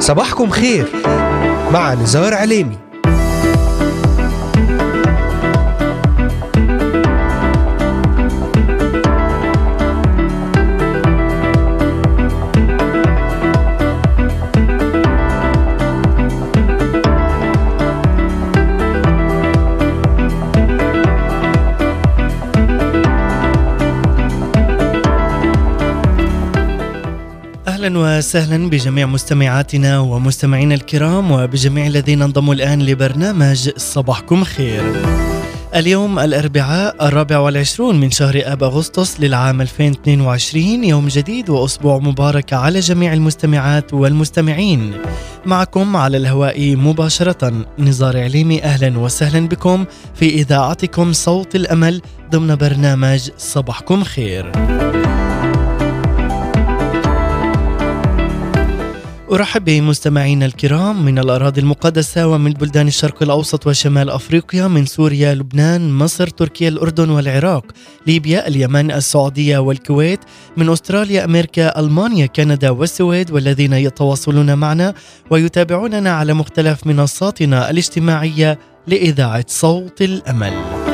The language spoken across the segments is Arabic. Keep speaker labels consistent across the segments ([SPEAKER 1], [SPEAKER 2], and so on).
[SPEAKER 1] صباحكم خير مع نزار عليمي. أهلا وسهلا بجميع مستمعاتنا ومستمعينا الكرام وبجميع الذين انضموا الآن لبرنامج صباحكم خير. اليوم الأربعاء 24 من شهر آب أغسطس للعام 2022، يوم جديد وأسبوع مبارك على جميع المستمعات والمستمعين. معكم على الهواء مباشرة نزار عليمي، أهلا وسهلا بكم في إذاعتكم صوت الأمل ضمن برنامج صباحكم خير. أرحب بمستمعينا الكرام من الأراضي المقدسة ومن بلدان الشرق الأوسط وشمال أفريقيا، من سوريا، لبنان، مصر، تركيا، الأردن والعراق، ليبيا، اليمن، السعودية والكويت، من أستراليا، أمريكا، ألمانيا، كندا والسويد، والذين يتواصلون معنا ويتابعوننا على مختلف منصاتنا الاجتماعية لإذاعة صوت الأمل.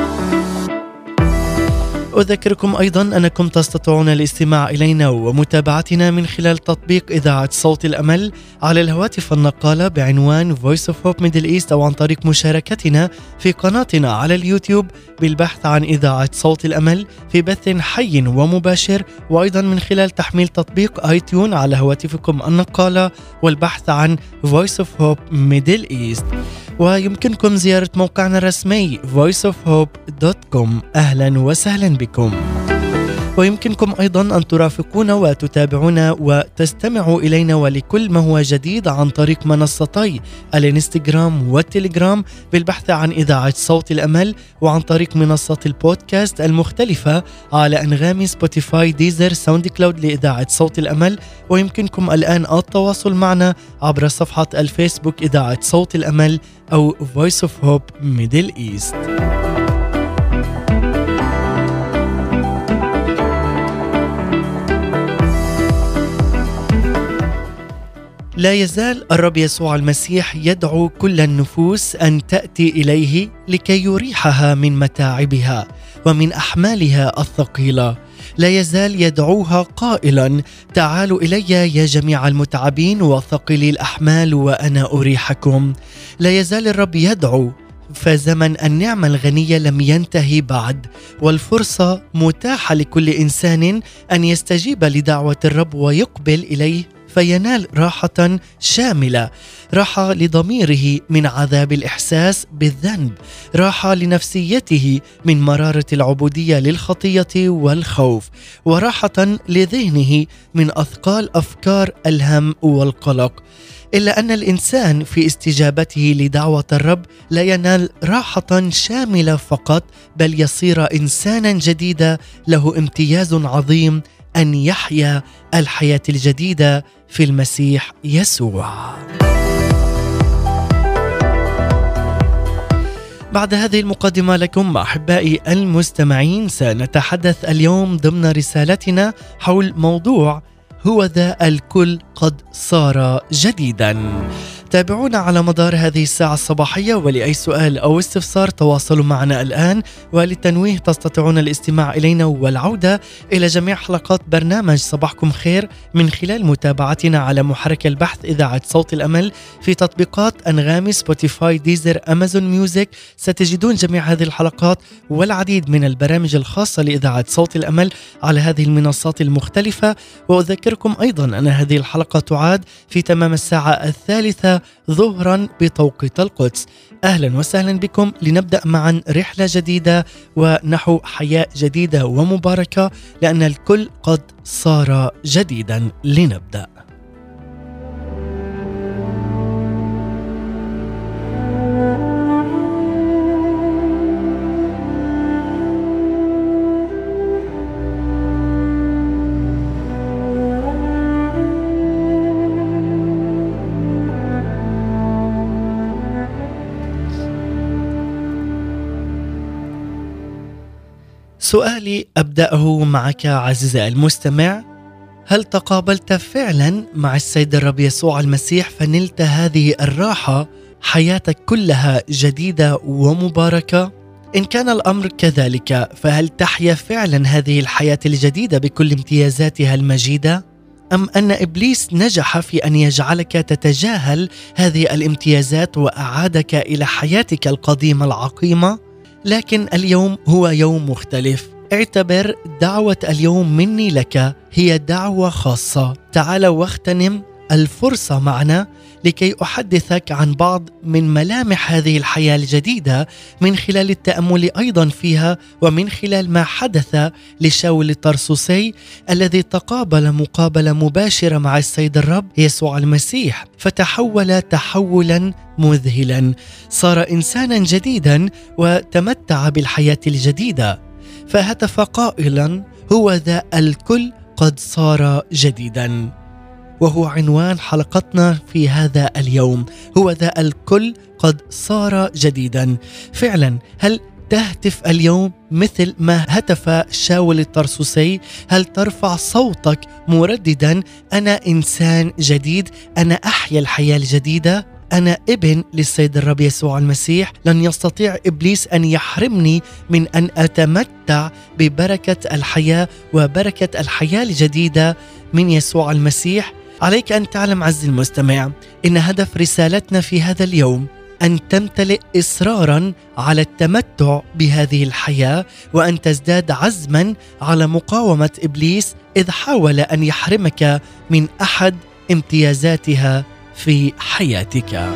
[SPEAKER 1] أذكركم أيضا أنكم تستطيعون الاستماع إلينا ومتابعتنا من خلال تطبيق إذاعة صوت الأمل على الهواتف النقالة بعنوان Voice of Hope Middle East، أو عن طريق مشاركتنا في قناتنا على اليوتيوب بالبحث عن إذاعة صوت الأمل في بث حي ومباشر، وأيضا من خلال تحميل تطبيق آيتون على هواتفكم النقالة والبحث عن Voice of Hope Middle East. ويمكنكم زيارة موقعنا الرسمي voiceofhope.com. أهلا وسهلا بكم. ويمكنكم أيضا أن ترافقونا وتتابعونا وتستمعوا إلينا ولكل ما هو جديد عن طريق منصتي الانستغرام والتليجرام بالبحث عن إذاعة صوت الأمل، وعن طريق منصات البودكاست المختلفة على أنغامي، سبوتيفاي، ديزر، ساوند كلاود لإذاعة صوت الأمل. ويمكنكم الآن التواصل معنا عبر صفحة الفيسبوك إذاعة صوت الأمل أو Voice of Hope Middle East. لا يزال الرب يسوع المسيح يدعو كل النفوس أن تأتي إليه لكي يريحها من متاعبها ومن أحمالها الثقيلة. لا يزال يدعوها قائلا: تعالوا إلي يا جميع المتعبين وثقيلي الأحمال وأنا أريحكم. لا يزال الرب يدعو، فزمن النعمة الغنية لم ينتهي بعد، والفرصة متاحة لكل إنسان أن يستجيب لدعوة الرب ويقبل إليه فينال راحة شاملة، راحة لضميره من عذاب الإحساس بالذنب، راحة لنفسيته من مرارة العبودية للخطية والخوف، وراحة لذهنه من أثقال أفكار الهم والقلق. إلا أن الإنسان في استجابته لدعوة الرب لا ينال راحة شاملة فقط، بل يصير إنسانا جديدا له امتياز عظيم أن يحيا الحياة الجديدة في المسيح يسوع. بعد هذه المقدمة لكم أحبائي المستمعين، سنتحدث اليوم ضمن رسالتنا حول موضوع هو ذا الكل قد صار جديدا. تابعونا على مدار هذه الساعة الصباحية، ولأي سؤال أو استفسار تواصلوا معنا الآن، وللتنويه تستطيعون الاستماع إلينا والعودة إلى جميع حلقات برنامج صباحكم خير من خلال متابعتنا على محرك البحث إذاعة صوت الأمل في تطبيقات أنغامي، سبوتيفاي، ديزر، أمازون ميوزك. ستجدون جميع هذه الحلقات والعديد من البرامج الخاصة لإذاعة صوت الأمل على هذه المنصات المختلفة. وأذكركم أيضا أن هذه الحلقة تعاد في تمام الساعة 3 ظهرا بتوقيت القدس. أهلا وسهلا بكم، لنبدأ معا رحلة جديدة ونحو حياة جديدة ومباركة، لأن الكل قد صار جديدا. لنبدأ. سؤالي أبدأه معك عزيزي المستمع: هل تقابلت فعلا مع السيد الرب يسوع المسيح فنلت هذه الراحة، حياتك كلها جديدة ومباركة؟ إن كان الأمر كذلك، فهل تحيا فعلا هذه الحياة الجديدة بكل امتيازاتها المجيدة؟ أم أن إبليس نجح في أن يجعلك تتجاهل هذه الامتيازات وأعادك إلى حياتك القديمة العقيمة؟ لكن اليوم هو يوم مختلف. اعتبر دعوة اليوم مني لك هي دعوة خاصة. تعال واغتنم الفرصة معنا لكي أحدثك عن بعض من ملامح هذه الحياة الجديدة من خلال التأمل أيضا فيها، ومن خلال ما حدث لشاول الطرسوسي الذي تقابل مقابلة مباشرة مع السيد الرب يسوع المسيح، فتحول تحولا مذهلا، صار إنسانا جديدا وتمتع بالحياة الجديدة، فهتف قائلا: هو ذا الكل قد صار جديدا. وهو عنوان حلقتنا في هذا اليوم، هو ذا الكل قد صار جديدا. فعلا هل تهتف اليوم مثل ما هتف شاول الطرسوسي؟ هل ترفع صوتك مرددا: أنا إنسان جديد، أنا أحيا الحياة الجديدة، أنا ابن للسيد الرب يسوع المسيح، لن يستطيع إبليس أن يحرمني من أن أتمتع ببركة الحياة وبركة الحياة الجديدة من يسوع المسيح؟ عليك أن تعلم عز المستمع إن هدف رسالتنا في هذا اليوم أن تمتلئ إصرارا على التمتع بهذه الحياة، وأن تزداد عزما على مقاومة إبليس إذ حاول أن يحرمك من أحد امتيازاتها في حياتك.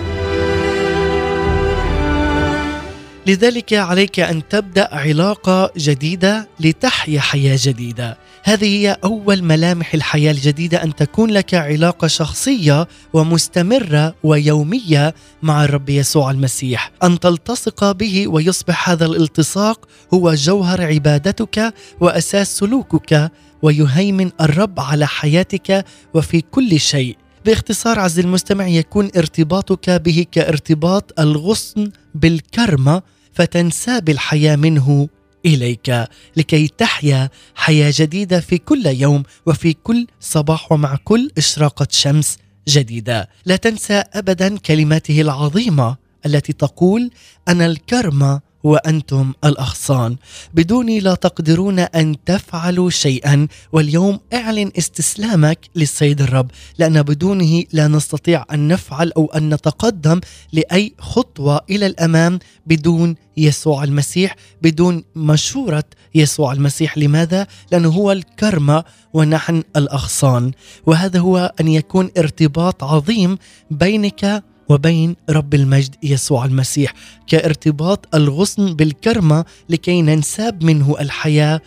[SPEAKER 1] لذلك عليك أن تبدأ علاقة جديدة لتحيا حياة جديدة. هذه هي أول ملامح الحياة الجديدة، أن تكون لك علاقة شخصية ومستمرة ويومية مع الرب يسوع المسيح، أن تلتصق به ويصبح هذا الالتصاق هو جوهر عبادتك وأساس سلوكك، ويهيمن الرب على حياتك وفي كل شيء. باختصار عز المستمع، يكون ارتباطك به كارتباط الغصن بالكرمة، فتنساب الحياة منه إليك لكي تحيا حياة جديدة في كل يوم وفي كل صباح ومع كل إشراقة شمس جديدة. لا تنسى أبدا كلماته العظيمة التي تقول: أنا الكرمة وأنتم الأغصان، بدوني لا تقدرون أن تفعلوا شيئا. واليوم اعلن استسلامك للسيد الرب، لأن بدونه لا نستطيع أن نفعل أو أن نتقدم لأي خطوة إلى الأمام بدون يسوع المسيح، بدون مشورة يسوع المسيح. لماذا؟ لأنه هو الكرمة ونحن الأغصان، وهذا هو أن يكون ارتباط عظيم بينك وبين رب المجد يسوع المسيح، كارتباط الغصن بالكرمة لكي ننساب منه الحياة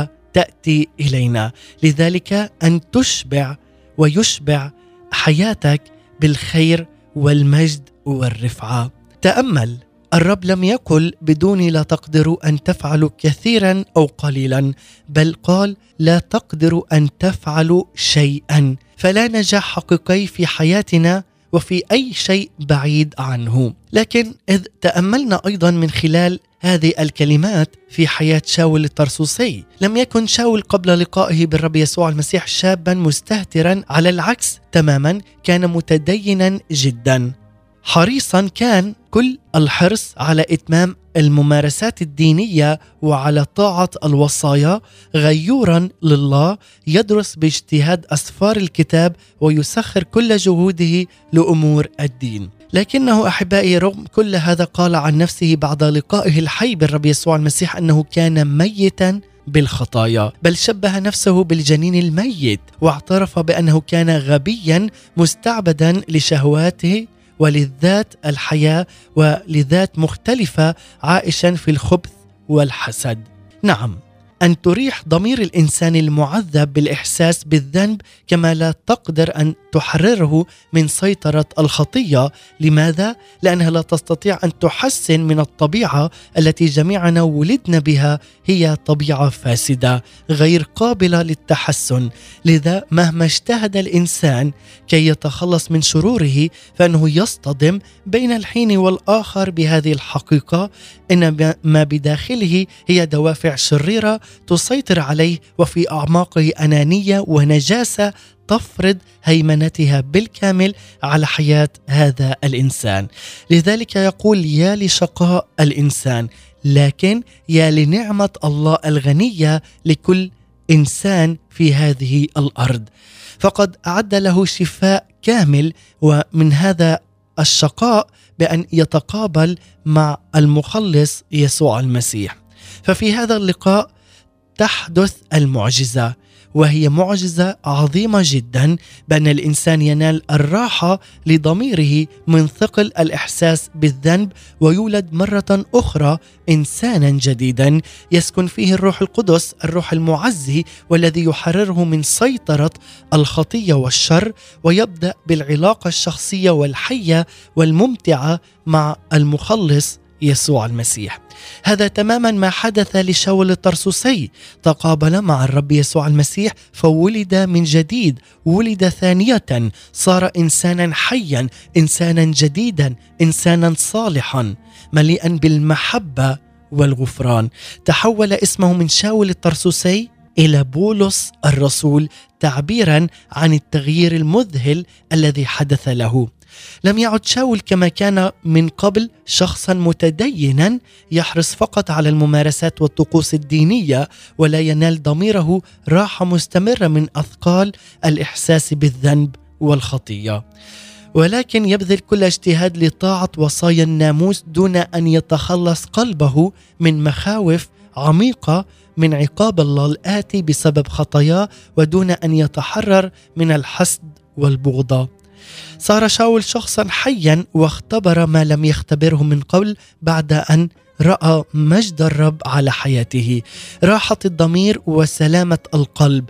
[SPEAKER 1] وتأتي إلينا. لذلك أن تشبع ويشبع حياتك بالخير والمجد والرفعة. تأمل، الرب لم يقل بدوني لا تقدروا أن تفعلوا كثيرا أو قليلا، بل قال لا تقدروا أن تفعلوا شيئا. فلا نجاح حقيقي في حياتنا وفي أي شيء بعيد عنه. لكن إذ تأملنا أيضا من خلال هذه الكلمات في حياة شاول الطرسوسي، لم يكن شاول قبل لقائه بالرب يسوع المسيح شابا مستهترا، على العكس تماما، كان متدينا جدا، حريصا كان كل الحرص على إتمام الممارسات الدينية وعلى طاعة الوصايا، غيورا لله، يدرس باجتهاد أسفار الكتاب ويسخر كل جهوده لأمور الدين. لكنه أحبائي رغم كل هذا قال عن نفسه بعد لقائه الحي بالرب يسوع المسيح أنه كان ميتا بالخطايا، بل شبه نفسه بالجنين الميت، واعترف بأنه كان غبيا مستعبدا لشهواته ولذات الحياة ولذات مختلفة، عائشا في الخبث والحسد. نعم، أن تريح ضمير الإنسان المعذب بالإحساس بالذنب كما لا تقدر أن تحرره من سيطرة الخطية. لماذا؟ لأنها لا تستطيع أن تحسن من الطبيعة التي جميعنا ولدنا بها، هي طبيعة فاسدة غير قابلة للتحسن. لذا مهما اجتهد الإنسان كي يتخلص من شروره، فإنه يصطدم بين الحين والآخر بهذه الحقيقة، إن ما بداخله هي دوافع شريرة تسيطر عليه، وفي أعماقه أنانية ونجاسة تفرض هيمنتها بالكامل على حياة هذا الإنسان. لذلك يقول: يا لشقاء الإنسان، لكن يا لنعمة الله الغنية لكل إنسان في هذه الأرض، فقد أعد له شفاء كامل ومن هذا الشقاء بأن يتقابل مع المخلص يسوع المسيح. ففي هذا اللقاء تحدث المعجزة، وهي معجزة عظيمة جدا، بأن الإنسان ينال الراحة لضميره من ثقل الإحساس بالذنب، ويولد مرة أخرى إنسانا جديدا يسكن فيه الروح القدس، الروح المعزي، والذي يحرره من سيطرة الخطية والشر، ويبدأ بالعلاقة الشخصية والحية والممتعة مع المخلص يسوع المسيح. هذا تماما ما حدث لشاول الطرسوسي، تقابل مع الرب يسوع المسيح فولد من جديد، ولد ثانية، صار إنسانا حيا، إنسانا جديدا، إنسانا صالحا مليئا بالمحبة والغفران. تحول اسمه من شاول الطرسوسي إلى بولس الرسول، تعبيرا عن التغيير المذهل الذي حدث له. لم يعد شاول كما كان من قبل شخصا متدينا يحرص فقط على الممارسات والطقوس الدينية، ولا ينال ضميره راحة مستمرة من أثقال الإحساس بالذنب والخطية، ولكن يبذل كل اجتهاد لطاعة وصايا الناموس دون أن يتخلص قلبه من مخاوف عميقة من عقاب الله الآتي بسبب خطاياه، ودون أن يتحرر من الحسد والبغضة. صار شاول شخصا حيا، واختبر ما لم يختبره من قبل بعد أن رأى مجد الرب على حياته، راحة الضمير وسلامة القلب،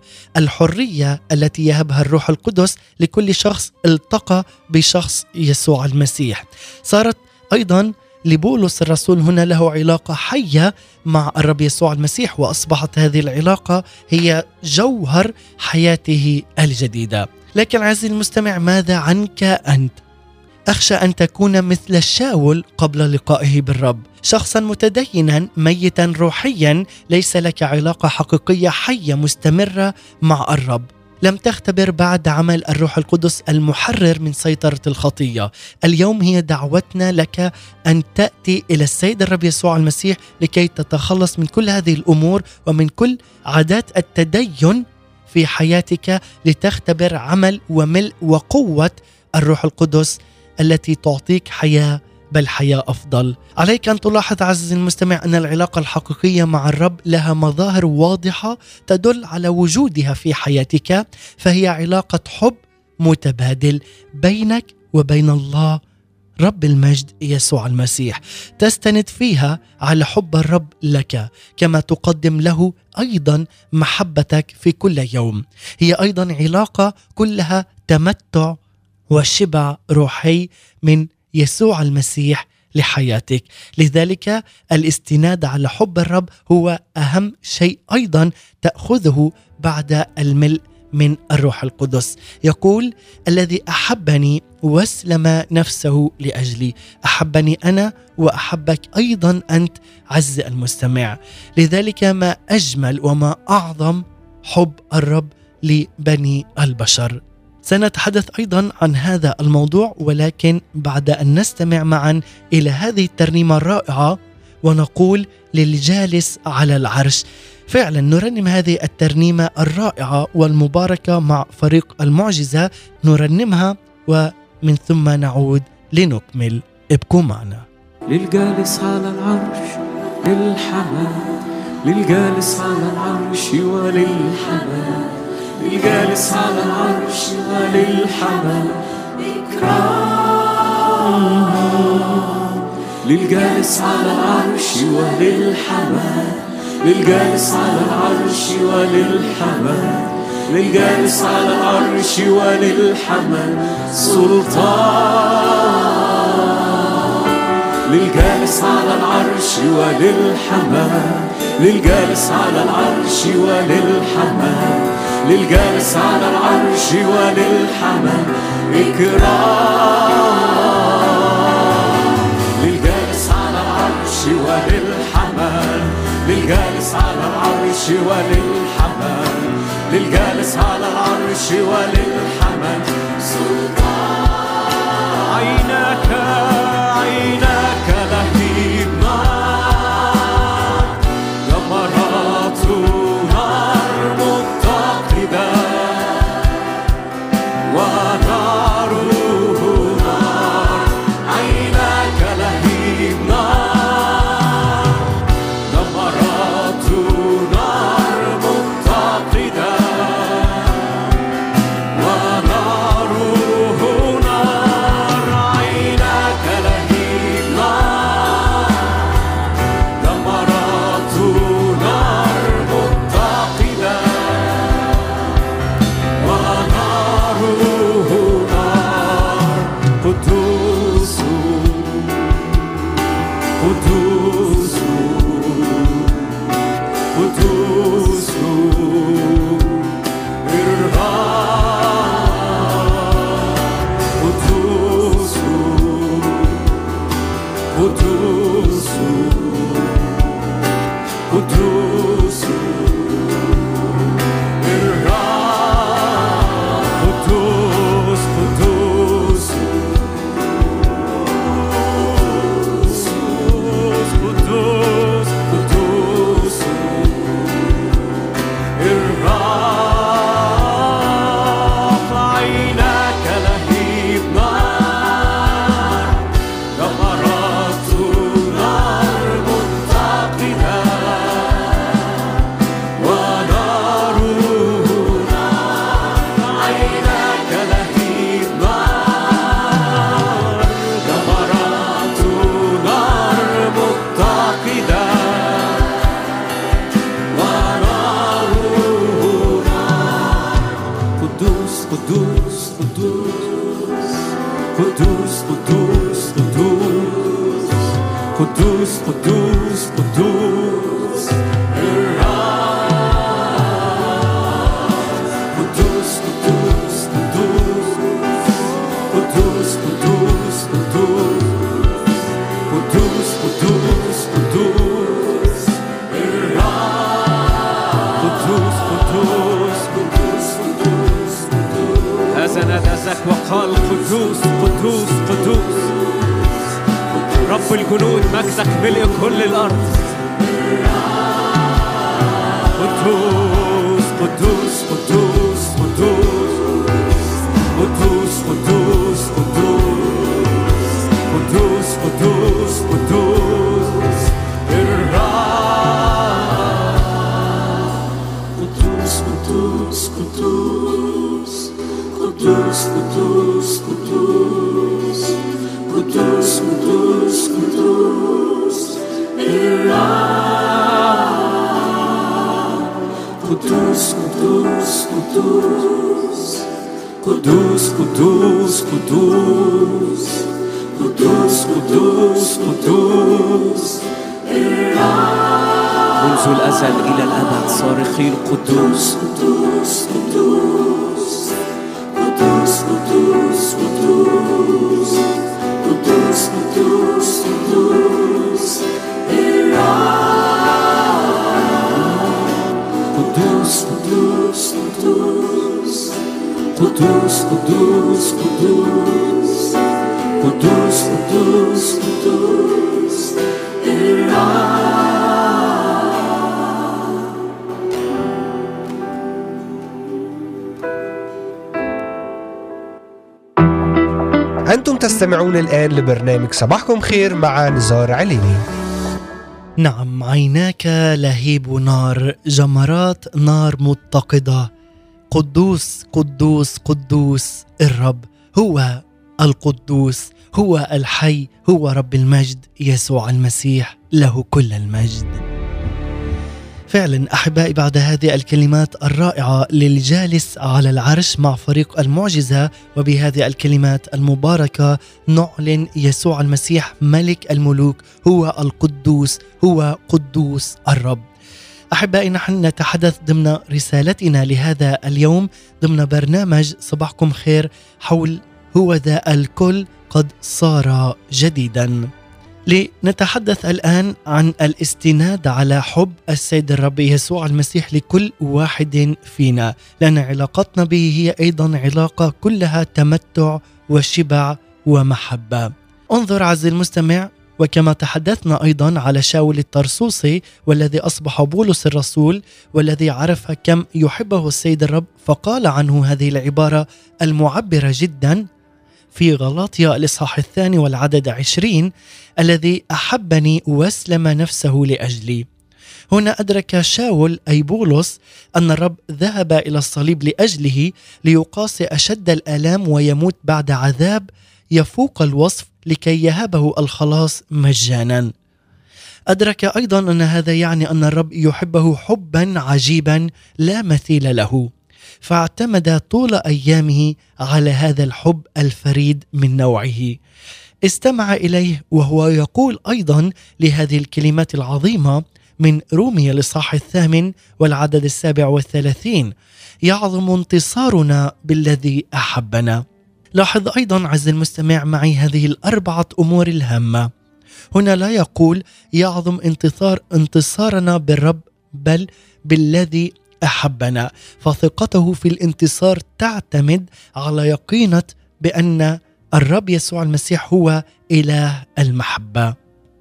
[SPEAKER 1] الحرية التي يهبها الروح القدس لكل شخص التقى بشخص يسوع المسيح. صارت أيضا لبولس الرسول هنا له علاقة حية مع الرب يسوع المسيح، وأصبحت هذه العلاقة هي جوهر حياته الجديدة. لكن عزيزي المستمع، ماذا عنك أنت؟ أخشى أن تكون مثل شاول قبل لقائه بالرب، شخصا متدينا ميتا روحيا، ليس لك علاقة حقيقية حية مستمرة مع الرب. لم تختبر بعد عمل الروح القدس المحرر من سيطرة الخطية. اليوم هي دعوتنا لك أن تأتي إلى السيد الرب يسوع المسيح لكي تتخلص من كل هذه الأمور ومن كل عادات التدين في حياتك، لتختبر عمل وملء وقوة الروح القدس التي تعطيك حياة، بل حياة أفضل. عليك أن تلاحظ عزيزي المستمع أن العلاقة الحقيقية مع الرب لها مظاهر واضحة تدل على وجودها في حياتك، فهي علاقة حب متبادل بينك وبين الله رب المجد يسوع المسيح، تستند فيها على حب الرب لك، كما تقدم له أيضا محبتك في كل يوم. هي أيضا علاقة كلها تمتع وشبع روحي من يسوع المسيح لحياتك. لذلك الاستناد على حب الرب هو أهم شيء أيضا تأخذه بعد الملء من الروح القدس. يقول: الذي أحبني واسلم نفسه لأجلي. أحبني أنا وأحبك أيضا أنت عز المستمع. لذلك ما أجمل وما أعظم حب الرب لبني البشر. سنتحدث أيضا عن هذا الموضوع، ولكن بعد أن نستمع معا إلى هذه الترنيمة الرائعة ونقول: للجالس على العرش. فعلا نرنم هذه الترنيمة الرائعة والمباركة مع فريق المعجزة، نرنمها ومن ثم نعود لنكمل. ابقوا معنا.
[SPEAKER 2] للجالس على العرش للحمام، للجالس على العرش وللحمام، للجالس على العرش وللحمام إكرام، للجالس على العرش وللحمام، للجالس على العرش وللحمام، للجالس على العرش وللحمام سلطان، للجالس على العرش وللحمام، للجالس على العرش وللحمام، للجالس على العرش وللحمام إكرام، للجالس على العرش وللحمام، للجالس على العرش العرش وللحمل للجالس على العرش وللحمل سلطان. عيناك لهيب نار، جمرات نار متقدة وناره نار. عيناك لهيب نار، جمرات نار متقدة وناره نار. عيناك لهيب نار، جمرات نار متقدة وناره نار. قدوس قدوس قدوس الرب. قدوس قدوس قدوس الرب. قدوس قدوس قدوس قدوس الرب. عيناك لهيب نار، جمرات نار متقدة وناره نار. عيناك لهيب نار، جمرات نار متقدة وناره نار. قدوس قدوس قدوس قدوس قدوس قدوس قدوس قدوس الرب. قدوس قدوس قدوس قدوس قدوس قدوس قدوس قدوس الرب. قدوس قدوس قدوس قدوس هذا نادى ذاك وقال قدوس قدوس قدوس رب الجنود، مجدك ملء كل الأرض. قدوس قدوس قدوس قدوس قدوس قدوس قدوس قدوس قدوس الرب. قدوس قدوس قدوس قدوس قدوس قدوس قدوس قدوس قدوس الرب. قدوس قدوس قدوس قدوس قدوس قدوس قدوس قدوس قدوس الرب. منذ الأزل إلى الأبد صارخين قدوس قدوس قدوس قدوس قدوس قدوس قدوس قدوس قدوس الرب. قدوس قدوس قدوس قدوس قدوس قدوس قدوس قدوس قدوس الرب.
[SPEAKER 3] أنتم تستمعون الآن لبرنامج صباحكم خير مع نزار عليني.
[SPEAKER 1] نعم، عيناك لهيب نار، جمرات نار متقدة. قدوس قدوس قدوس الرب، هو القدوس، هو الحي، هو رب المجد يسوع المسيح، له كل المجد. فعلا أحبائي، بعد هذه الكلمات الرائعة للجالس على العرش مع فريق المعجزة، وبهذه الكلمات المباركة نعلن يسوع المسيح ملك الملوك، هو القدوس، هو قدوس الرب. أحبائي، نحن نتحدث ضمن رسالتنا لهذا اليوم ضمن برنامج صباحكم خير حول هو ذا الكل قد صار جديدا. لنتحدث الآن عن الاستناد على حب السيد الرب يسوع المسيح لكل واحد فينا، لأن علاقتنا به هي أيضا علاقة كلها تمتع وشبع ومحبة. انظر عزيزي المستمع، وكما تحدثنا أيضا على شاول الطرسوسي والذي أصبح بولس الرسول والذي عرف كم يحبه السيد الرب، فقال عنه هذه العبارة المعبرة جدا في غلاطيا الإصحاح 2 والعدد 20: الذي أحبني واسلم نفسه لأجلي. هنا أدرك شاول أي بولس أن الرب ذهب إلى الصليب لأجله ليقاسي أشد الآلام ويموت بعد عذاب يفوق الوصف لكي يهبه الخلاص مجانا. أدرك أيضا أن هذا يعني أن الرب يحبه حبا عجيبا لا مثيل له، فاعتمد طول أيامه على هذا الحب الفريد من نوعه. استمع إليه وهو يقول أيضا لهذه الكلمات العظيمة من رومية الإصحاح 8 والعدد 37: يعظم انتصارنا بالذي أحبنا. لاحظ أيضا عزيزي المستمع معي هذه الأربعة أمور الهامة. هنا لا يقول يعظم انتصارنا بالرب، بل بالذي أحبنا، فثقته في الانتصار تعتمد على يقينة بأن الرب يسوع المسيح هو إله المحبة.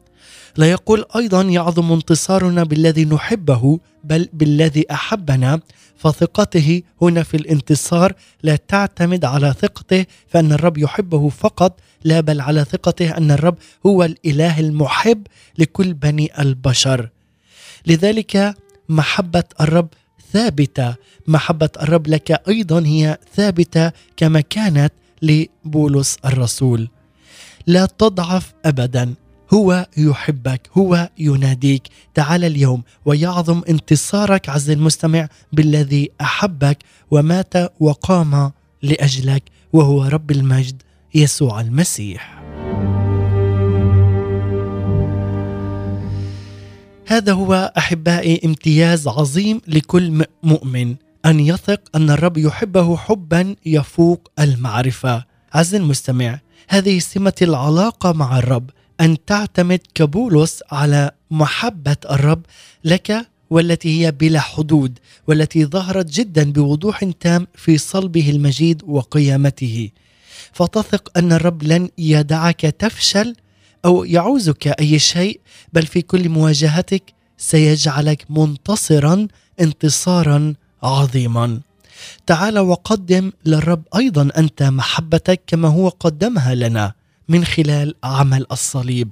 [SPEAKER 1] لا يقول أيضا يعظم انتصارنا بالذي نحبه، بل بالذي أحبنا، فثقته هنا في الانتصار لا تعتمد على ثقته فأن الرب يحبه فقط، لا بل على ثقته أن الرب هو الإله المحب لكل بني البشر. لذلك محبة الرب ثابتة، محبة الرب لك أيضا هي ثابتة كما كانت لبولس الرسول. لا تضعف أبدا، هو يحبك، هو يناديك. تعال اليوم ويعظم انتصارك عزيزي المستمع بالذي أحبك ومات وقام لأجلك، وهو رب المجد يسوع المسيح. هذا هو أحبائي امتياز عظيم لكل مؤمن، أن يثق أن الرب يحبه حبا يفوق المعرفة. عزيزي المستمع، هذه سمة العلاقة مع الرب، أن تعتمد كبولس على محبة الرب لك، والتي هي بلا حدود، والتي ظهرت جدا بوضوح تام في صلبه المجيد وقيامته. فتثق أن الرب لن يدعك تفشل أو يعوزك أي شيء، بل في كل مواجهتك سيجعلك منتصرا انتصارا عظيما. تعال وقدم للرب أيضا أنت محبتك كما هو قدمها لنا من خلال عمل الصليب.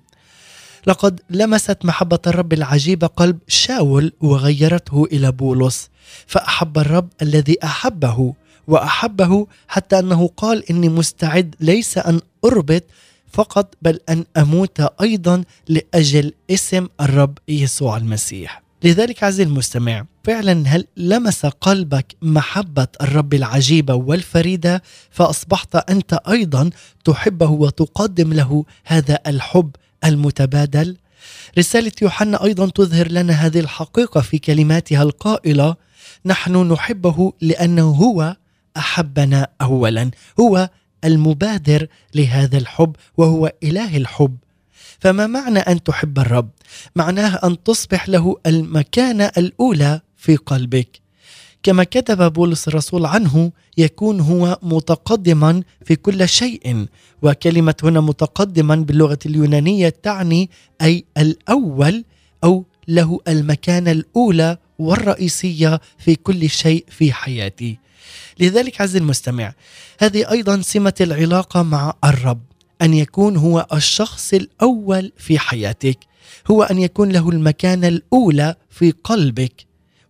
[SPEAKER 1] لقد لمست محبة الرب العجيبة قلب شاول وغيرته إلى بولس، فأحب الرب الذي أحبه، وأحبه حتى أنه قال إني مستعد ليس أن أربط فقط بل أن أموت أيضا لأجل اسم الرب يسوع المسيح. لذلك عزيزي المستمع، فعلا هل لمس قلبك محبة الرب العجيبة والفريدة، فأصبحت أنت أيضا تحبه وتقدم له هذا الحب المتبادل؟ رسالة يوحنا أيضا تظهر لنا هذه الحقيقة في كلماتها القائلة: نحن نحبه لأنه هو أحبنا أولا. هو المبادر لهذا الحب وهو إله الحب. فما معنى أن تحب الرب؟ معناه أن تصبح له المكانة الأولى في قلبك. كما كتب بولس الرسول عنه: يكون هو متقدما في كل شيء. وكلمة هنا متقدما باللغة اليونانية تعني أي الأول، أو له المكانة الأولى والرئيسية في كل شيء في حياتي. لذلك عزيزي المستمع، هذه أيضا سمة العلاقة مع الرب، أن يكون هو الشخص الأول في حياتك، هو أن يكون له المكانة الأولى في قلبك،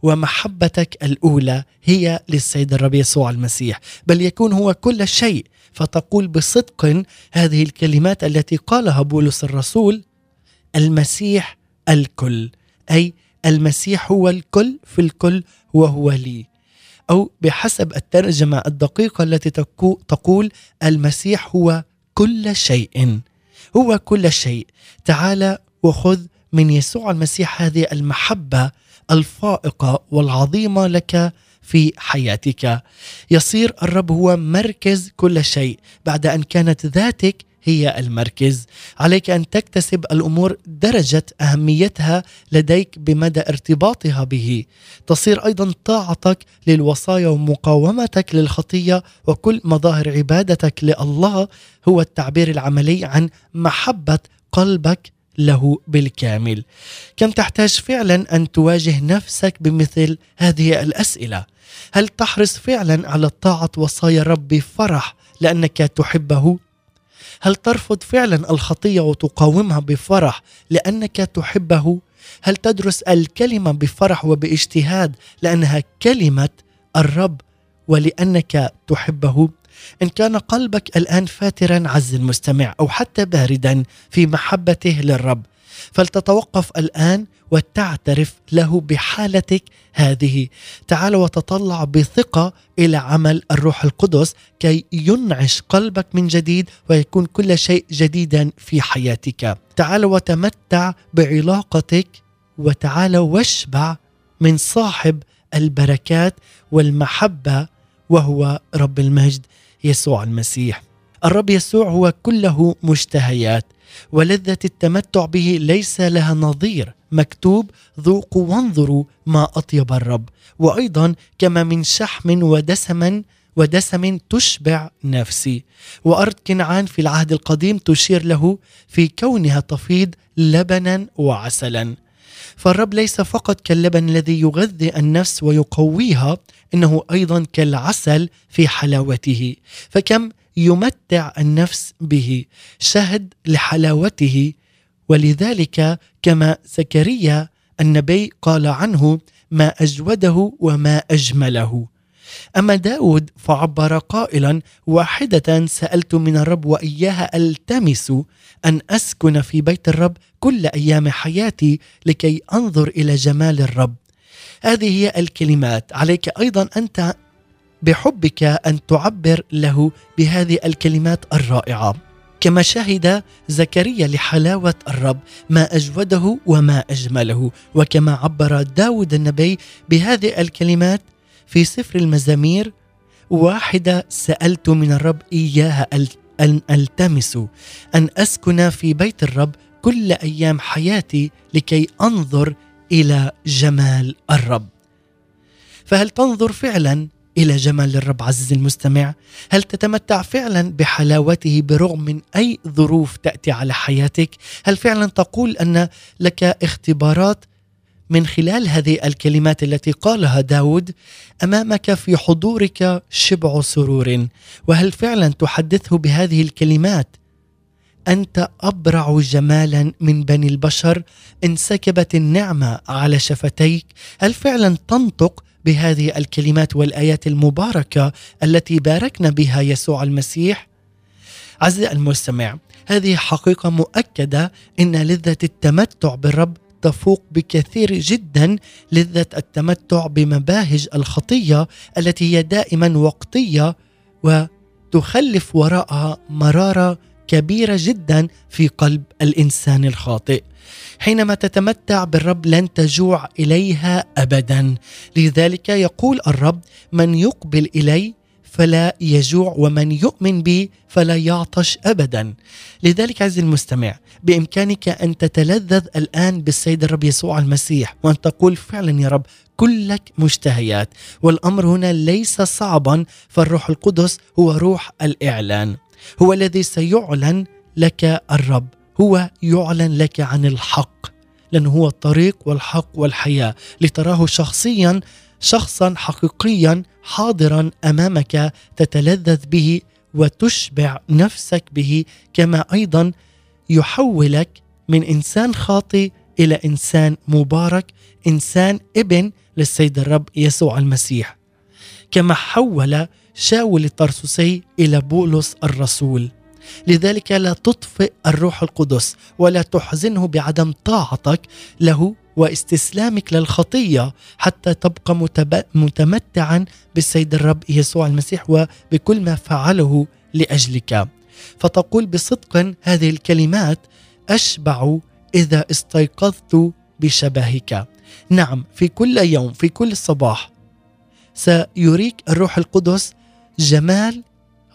[SPEAKER 1] ومحبتك الأولى هي للسيد الرب يسوع المسيح، بل يكون هو كل شيء. فتقول بصدق هذه الكلمات التي قالها بولس الرسول: المسيح الكل، أي المسيح هو الكل في الكل وهو لي. أو بحسب الترجمة الدقيقة التي تقول: المسيح هو كل شيء، هو كل شيء. تعال وخذ من يسوع المسيح هذه المحبة الفائقة والعظيمة لك في حياتك. يصير الرب هو مركز كل شيء، بعد أن كانت ذاتك هي المركز. عليك أن تكتسب الأمور درجة أهميتها لديك بمدى ارتباطها به. تصير أيضا طاعتك للوصايا ومقاومتك للخطية وكل مظاهر عبادتك لله هو التعبير العملي عن محبة قلبك له بالكامل. كم تحتاج فعلا أن تواجه نفسك بمثل هذه الأسئلة؟ هل تحرص فعلا على طاعة وصايا الرب بفرح لأنك تحبه؟ هل ترفض فعلا الخطية وتقاومها بفرح لأنك تحبه؟ هل تدرس الكلمة بفرح وباجتهاد لأنها كلمة الرب ولأنك تحبه؟ إن كان قلبك الآن فاترا عز المستمع أو حتى باردا في محبته للرب، فلتتوقف الآن وتعترف له بحالتك هذه. تعال وتطلع بثقة إلى عمل الروح القدس كي ينعش قلبك من جديد ويكون كل شيء جديدا في حياتك. تعال وتمتع بعلاقتك وتعال واشبع من صاحب البركات والمحبة وهو رب المجد يسوع المسيح. الرب يسوع هو كله مشتهيات، ولذة التمتع به ليس لها نظير. مكتوب: ذوقوا وانظروا ما أطيب الرب. وأيضا كما من شحم ودسم تشبع نفسي. وأرض كنعان في العهد القديم تشير له في كونها تفيض لبنا وعسلا. فالرب ليس فقط كاللبن الذي يغذي النفس ويقويها، إنه أيضا كالعسل في حلاوته. فكم يمتع النفس به، شهد لحلاوته. ولذلك كما زكريا النبي قال عنه: ما أجوده وما أجمله. أما داود فعبر قائلا: واحدة سألت من الرب وإياها ألتمس، أن أسكن في بيت الرب كل أيام حياتي لكي أنظر إلى جمال الرب. هذه هي الكلمات. عليك أيضا أنت بحبك أن تعبر له بهذه الكلمات الرائعة، كما شهد زكريا لحلاوة الرب: ما أجوده وما أجمله. وكما عبر داود النبي بهذه الكلمات في سفر المزامير: واحدة سألت من الرب إياها أن ألتمس، أن أسكن في بيت الرب كل أيام حياتي لكي أنظر إلى جمال الرب. فهل تنظر فعلا إلى جمال الرب عزيزي المستمع؟ هل تتمتع فعلا بحلاوته برغم من أي ظروف تأتي على حياتك؟ هل فعلا تقول أن لك اختبارات من خلال هذه الكلمات التي قالها داود؟ أمامك في حضورك شبع سرور. وهل فعلا تحدثه بهذه الكلمات: أنت أبرع جمالا من بني البشر، انسكبت النعمة على شفتيك؟ هل فعلا تنطق بهذه الكلمات والآيات المباركة التي باركنا بها يسوع المسيح؟ عزيزي المستمع، هذه حقيقة مؤكدة إن لذة التمتع بالرب تفوق بكثير جدا لذة التمتع بمباهج الخطية التي هي دائما وقتية وتخلف وراءها مرارة كبيرة جدا في قلب الإنسان الخاطئ. حينما تتمتع بالرب لن تجوع إليها أبدا. لذلك يقول الرب: من يقبل إلي فلا يجوع، ومن يؤمن بي فلا يعطش أبدا. لذلك عزيزي المستمع، بإمكانك أن تتلذذ الآن بالسيد الرب يسوع المسيح وأن تقول: فعلا يا رب كلك مشتهيات. والأمر هنا ليس صعبا، فالروح القدس هو روح الإعلان، هو الذي سيعلن لك الرب، هو يعلن لك عن الحق، لأنه هو الطريق والحق والحياة، لتراه شخصا حقيقيا حاضرا أمامك تتلذذ به وتشبع نفسك به، كما أيضا يحولك من إنسان خاطئ إلى إنسان مبارك، إنسان ابن للسيد الرب يسوع المسيح، كما حول شاول الطرسوسي إلى بولس الرسول. لذلك لا تطفئ الروح القدس ولا تحزنه بعدم طاعتك له واستسلامك للخطية حتى تبقى متمتعا بالسيد الرب يسوع المسيح وبكل ما فعله لأجلك. فتقول بصدق هذه الكلمات: أشبع إذا استيقظت بشبهك. نعم، في كل يوم، في كل صباح سيريك الروح القدس جمال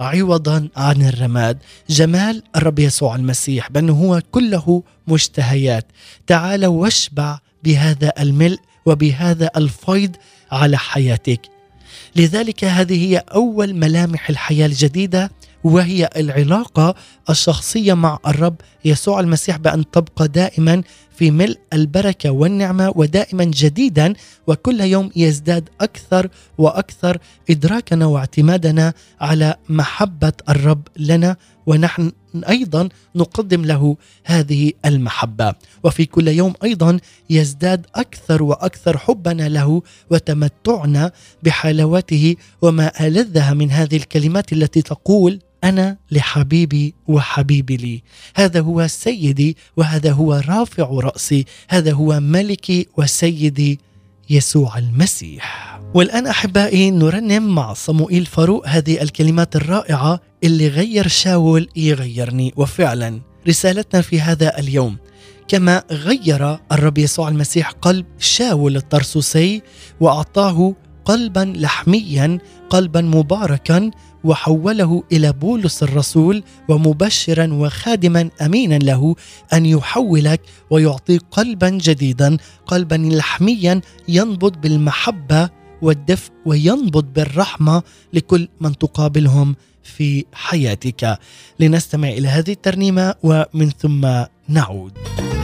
[SPEAKER 1] عوضا عن الرماد. جمال الرب يسوع المسيح بأنه هو كله مشتهيات. تعال واشبع بهذا الملء وبهذا الفيض على حياتك. لذلك هذه هي أول ملامح الحياة الجديدة، وهي العلاقة الشخصية مع الرب يسوع المسيح، بأن تبقى دائما في ملء البركة والنعمة ودائما جديدا، وكل يوم يزداد أكثر وأكثر إدراكنا واعتمادنا على محبة الرب لنا، ونحن أيضا نقدم له هذه المحبة. وفي كل يوم أيضا يزداد أكثر وأكثر حبنا له وتمتعنا بحلاوته، وما ألذها من هذه الكلمات التي تقول: أنا لحبيبي وحبيبي لي. هذا هو سيدي وهذا هو رافع رأسي، هذا هو ملكي وسيدي يسوع المسيح. والآن أحبائي نرنم مع صموئيل فاروق هذه الكلمات الرائعة: اللي غير شاول يغيرني. وفعلا رسالتنا في هذا اليوم، كما غير الرب يسوع المسيح قلب شاول الطرسوسي وأعطاه قلبا لحميا، قلبا مباركا، وحوله إلى بولس الرسول ومبشرا وخادما أمينا له أن يحولك ويعطيك قلبا جديدا، قلبا لحميا ينبض بالمحبة والدفء وينبض بالرحمة لكل من تقابلهم في حياتك. لنستمع إلى هذه الترنيمة ومن ثم نعود.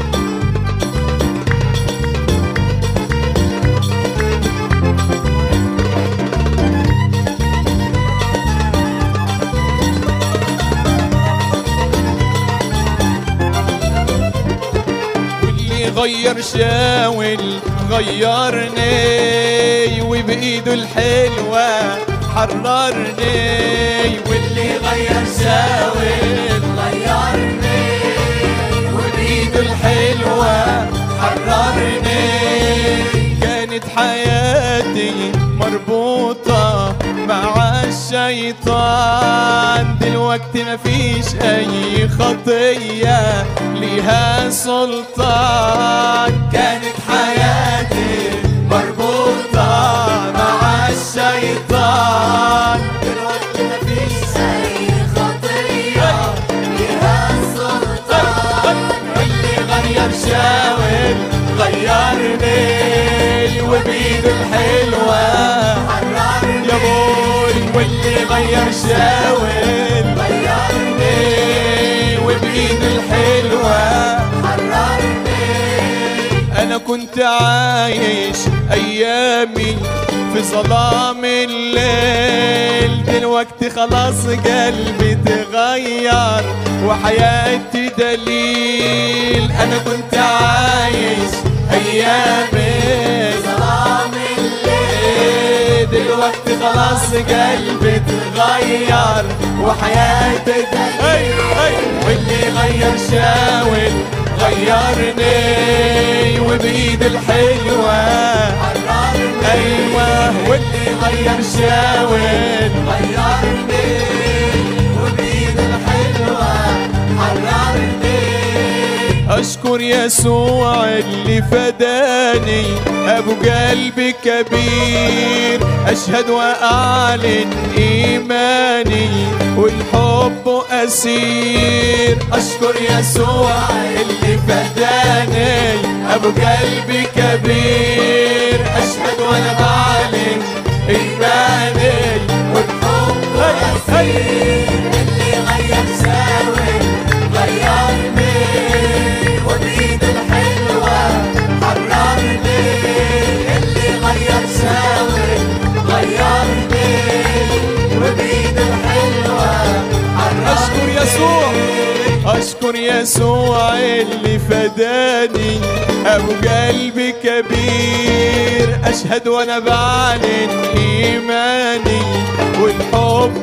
[SPEAKER 4] غير شاول غيرني، وبإيده الحلوة حررني.
[SPEAKER 2] واللي غير شاول غيرني،
[SPEAKER 4] وبإيده الحلوة حررني. كانت حياتي مربوطة مع الشيطان، دلوقتي مفيش أي خطية ليها سلطان.
[SPEAKER 2] كانت حياتي مربوطة مع الشيطان، دلوقتي مفيش أي خطية ليها سلطان. واللي غير شاول غيرني، وبإيده الحلوة حررني.
[SPEAKER 4] يا بوي واللي غير شاول
[SPEAKER 2] غيرني،
[SPEAKER 4] وبإيده الحلوة
[SPEAKER 2] حررني.
[SPEAKER 4] أنا كنت عايش أيامي في ظلام الليل، دلوقتي خلاص قلبي تغير وحياتي دليل. أنا كنت عايش أيامي
[SPEAKER 2] ظلام الليل،
[SPEAKER 4] دلوقتي خلاص قلبي تغير وحياتي دليل. واللي غير شاول غيرني، وبإيد الحلوة
[SPEAKER 2] حررني.
[SPEAKER 4] أيوة واللي غير شاول
[SPEAKER 2] غيرني، وبإيده الحلوة حررني.
[SPEAKER 4] أشكر يسوع اللي فداني، أبو قلبي كبير. أشهد وأعلن إيماني والحب أسير.
[SPEAKER 2] أشكر يسوع اللي فداني،
[SPEAKER 4] أبو قلبي كبير. أشهد وأنا بعلن إيماني
[SPEAKER 2] والحب أسير. اللي غير شاول غيرني، وبإيده الحلوة حررني. اللي غير شاول غيرني، وبإيده الحلوة حررني.
[SPEAKER 4] أشكر يسوع، أشكر يسوع اللي فداني، أبو قلبي كبير. أشهد وأنا بعلن إيماني والحب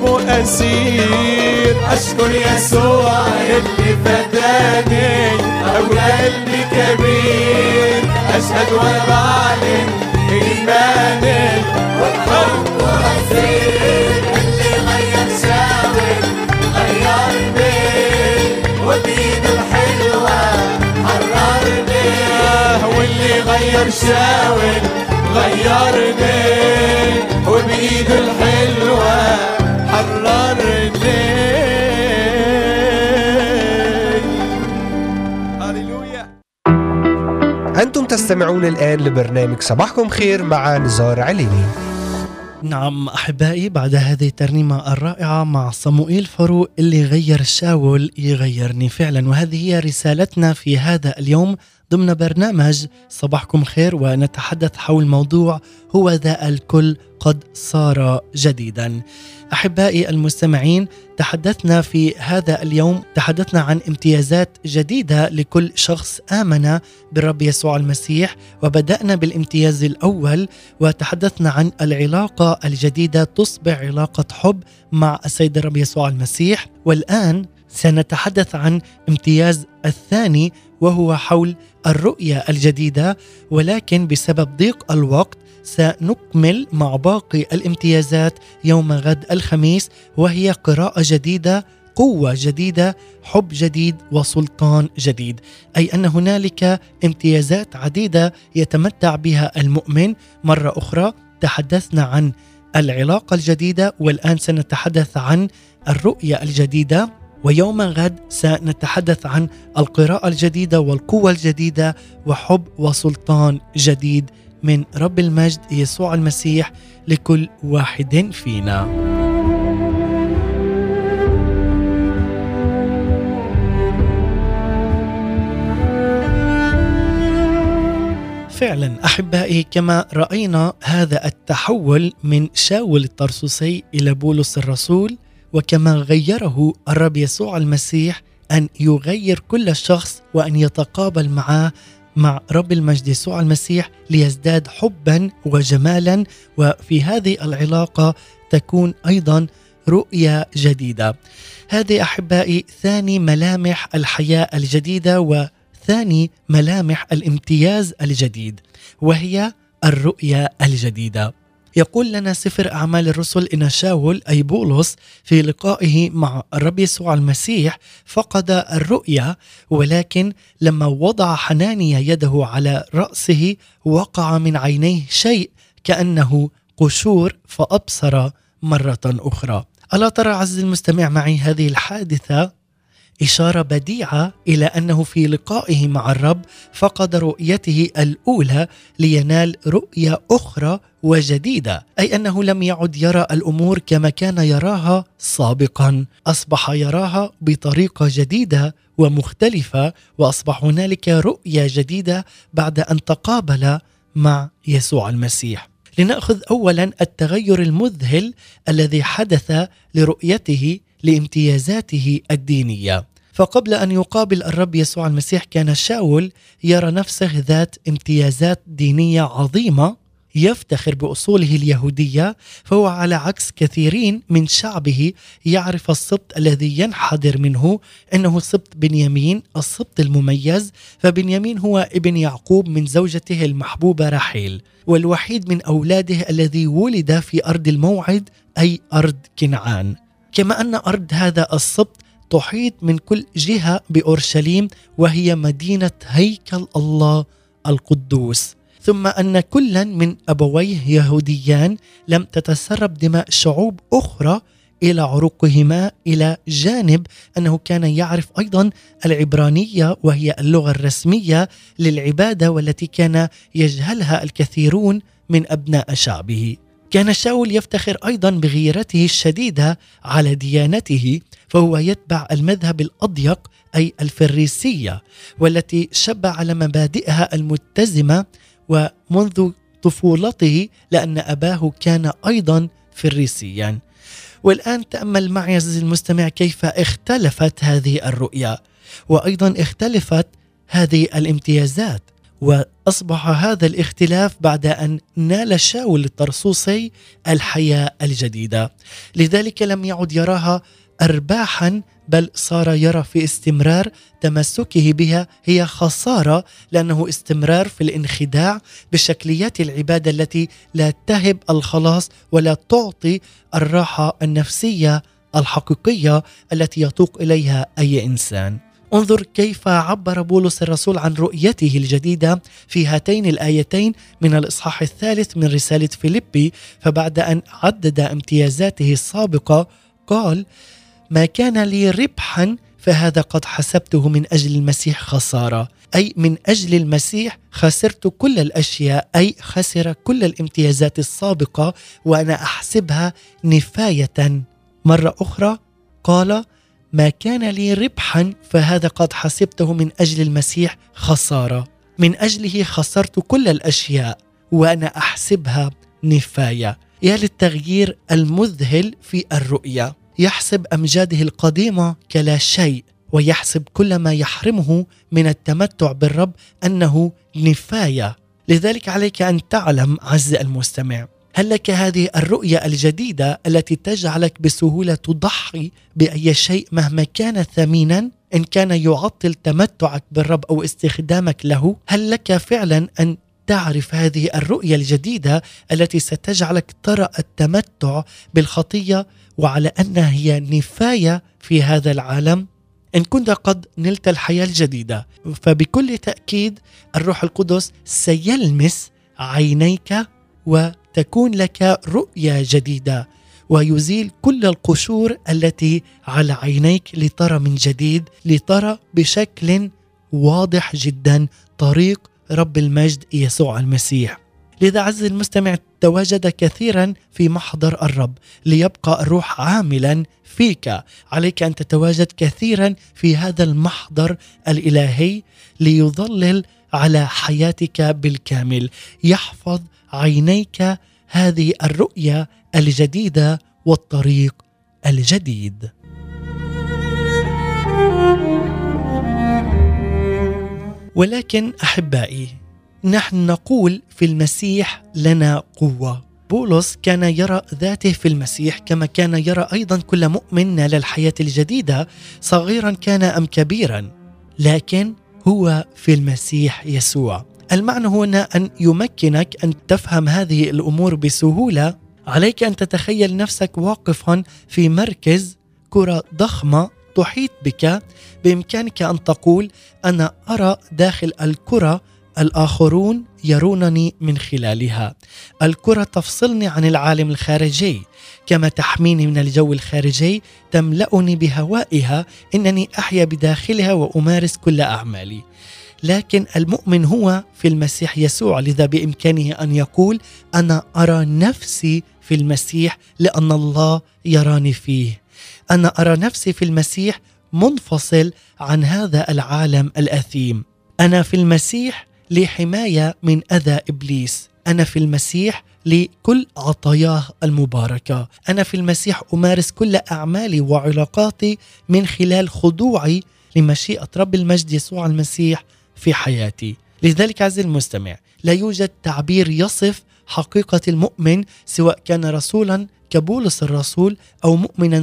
[SPEAKER 4] أسير.
[SPEAKER 2] أشكر يسوع اللي فداني،
[SPEAKER 4] أبو قلبي كبير. أشهد وأنا بعلن إيماني
[SPEAKER 2] والحب أسير. اللي غير شاول غيرني، وبإيده الحلوة حررني.
[SPEAKER 4] واللي غير شاول غيرني، وبإيده الحلوة حررني.
[SPEAKER 3] تستمعون الآن لبرنامج صباحكم خير مع نزار عليني.
[SPEAKER 1] نعم أحبائي، بعد هذه الترنيمة الرائعة مع صموئيل فاروق، اللي غير شاول يغيرني فعلا. وهذه هي رسالتنا في هذا اليوم ضمن برنامج صباحكم خير، ونتحدث حول موضوع هو ذا الكل قد صار جديدا. أحبائي المستمعين، تحدثنا في هذا اليوم عن امتيازات جديدة لكل شخص آمن بالرب يسوع المسيح، وبدأنا بالامتياز الأول وتحدثنا عن العلاقة الجديدة تصبح علاقة حب مع السيد الرب يسوع المسيح. والآن سنتحدث عن امتياز الثاني وهو حول الرؤية الجديدة، ولكن بسبب ضيق الوقت سنكمل مع باقي الامتيازات يوم غد الخميس، وهي قراءة جديدة، قوة جديدة، حب جديد، وسلطان جديد. أي أن هنالك امتيازات عديدة يتمتع بها المؤمن. مرة أخرى تحدثنا عن العلاقة الجديدة، والآن سنتحدث عن الرؤية الجديدة، ويوم غد سنتحدث عن القراءة الجديدة والقوة الجديدة وحب وسلطان جديد من رب المجد يسوع المسيح لكل واحد فينا. فعلا أحبائي، كما رأينا هذا التحول من شاول الطرسوسي إلى بولس الرسول، وكما غيره الرب يسوع المسيح أن يغير كل شخص وأن يتقابل معه مع رب المجد يسوع المسيح ليزداد حبا وجمالا، وفي هذه العلاقة تكون أيضا رؤية جديدة. هذه أحبائي ثاني ملامح الحياة الجديدة وثاني ملامح الامتياز الجديد، وهي الرؤية الجديدة. يقول لنا سفر أعمال الرسل إن شاول أي بولس في لقائه مع الرب يسوع المسيح فقد الرؤية، ولكن لما وضع حنانيا يده على رأسه وقع من عينيه شيء كأنه قشور فأبصر مرة أخرى. ألا ترى عزيزي المستمع معي هذه الحادثة إشارة بديعة إلى أنه في لقائه مع الرب فقد رؤيته الأولى لينال رؤية أخرى وجديدة، أي أنه لم يعد يرى الأمور كما كان يراها سابقا، أصبح يراها بطريقة جديدة ومختلفة، وأصبح هنالك رؤية جديدة بعد أن تقابل مع يسوع المسيح. لنأخذ أولا التغير المذهل الذي حدث لرؤيته لامتيازاته الدينية. فقبل أن يقابل الرب يسوع المسيح كان شاول يرى نفسه ذات امتيازات دينية عظيمة، يفتخر بأصوله اليهودية، فهو على عكس كثيرين من شعبه يعرف السبط الذي ينحدر منه أنه سبط بنيامين، السبط المميز. فبنيامين هو ابن يعقوب من زوجته المحبوبة رحيل، والوحيد من أولاده الذي ولد في أرض الموعد أي أرض كنعان. كما أن أرض هذا السبط تحيط من كل جهة بأورشليم، وهي مدينة هيكل الله القدوس. ثم أن كلا من أبويه يهوديان، لم تتسرب دماء شعوب أخرى إلى عروقهما، إلى جانب أنه كان يعرف أيضا العبرانية وهي اللغة الرسمية للعبادة والتي كان يجهلها الكثيرون من أبناء شعبه. كان شاول يفتخر أيضا بغيرته الشديدة على ديانته، فهو يتبع المذهب الأضيق أي الفريسية، والتي شب على مبادئها المتزمة ومنذ طفولته، لأن أباه كان أيضا فريسيا. والآن تأمل معي عزيزي المستمع كيف اختلفت هذه الرؤية، وأيضا اختلفت هذه الامتيازات، وأصبح هذا الاختلاف بعد أن نال شاول الطرسوسي الحياة الجديدة. لذلك لم يعد يراها أرباحا، بل صار يرى في استمرار تمسكه بها هي خسارة، لأنه استمرار في الانخداع بشكليات العبادة التي لا تهب الخلاص ولا تعطي الراحة النفسية الحقيقية التي يتوق إليها أي إنسان. انظر كيف عبر بولس الرسول عن رؤيته الجديدة في هاتين الآيتين من الإصحاح 3 من رسالة فيليبي. فبعد أن عدد امتيازاته السابقة قال: ما كان لي ربحا فهذا قد حسبته من أجل المسيح خسارة، أي من أجل المسيح خسرت كل الأشياء، أي خسر كل الامتيازات السابقة وأنا أحسبها نفاية. مرة أخرى قال ما كان لي ربحا فهذا قد حسبته من أجل المسيح خسارة، من أجله خسرت كل الأشياء وأنا أحسبها نفاية. يا للتغيير المذهل في الرؤية، يحسب أمجاده القديمة كلا شيء ويحسب كل ما يحرمه من التمتع بالرب أنه نفاية. لذلك عليك أن تعلم عز المستمع، هل لك هذه الرؤية الجديدة التي تجعلك بسهولة تضحي بأي شيء مهما كان ثمينا إن كان يعطل تمتعك بالرب أو استخدامك له؟ هل لك فعلا أن تعرف هذه الرؤية الجديدة التي ستجعلك ترى التمتع بالخطية وعلى أنها هي نفاية في هذا العالم؟ إن كنت قد نلت الحياة الجديدة فبكل تأكيد الروح القدس سيلمس عينيك وتكون لك رؤية جديدة ويزيل كل القشور التي على عينيك لترى من جديد، لترى بشكل واضح جدا طريق رب المجد يسوع المسيح. لذا عز المستمع تواجد كثيرا في محضر الرب ليبقى الروح عاملا فيك. عليك أن تتواجد كثيرا في هذا المحضر الإلهي ليظلل على حياتك بالكامل، يحفظ عينيك هذه الرؤية الجديدة والطريق الجديد. ولكن أحبائي، نحن نقول في المسيح لنا قوة. بولس كان يرى ذاته في المسيح كما كان يرى أيضا كل مؤمن نال الحياة الجديدة صغيرا كان أم كبيرا، لكن هو في المسيح يسوع. المعنى هنا أن يمكنك أن تفهم هذه الأمور بسهولة. عليك أن تتخيل نفسك واقفا في مركز كرة ضخمة تحيط بك، بإمكانك أن تقول أنا أرى داخل الكرة، الآخرون يرونني من خلالها. الكرة تفصلني عن العالم الخارجي، كما تحميني من الجو الخارجي تملأني بهوائها، إنني أحيا بداخلها وأمارس كل أعمالي. لكن المؤمن هو في المسيح يسوع، لذا بإمكانه أن يقول أنا أرى نفسي في المسيح لأن الله يراني فيه. أنا أرى نفسي في المسيح منفصل عن هذا العالم الأثيم. أنا في المسيح لحماية من أذى إبليس. أنا في المسيح لكل عطاياه المباركة. أنا في المسيح أمارس كل أعمالي وعلاقاتي من خلال خضوعي لمشيئة رب المجد يسوع المسيح في حياتي. لذلك عزيزي المستمع، لا يوجد تعبير يصف حقيقة المؤمن سواء كان رسولا كبولس الرسول أو مؤمنا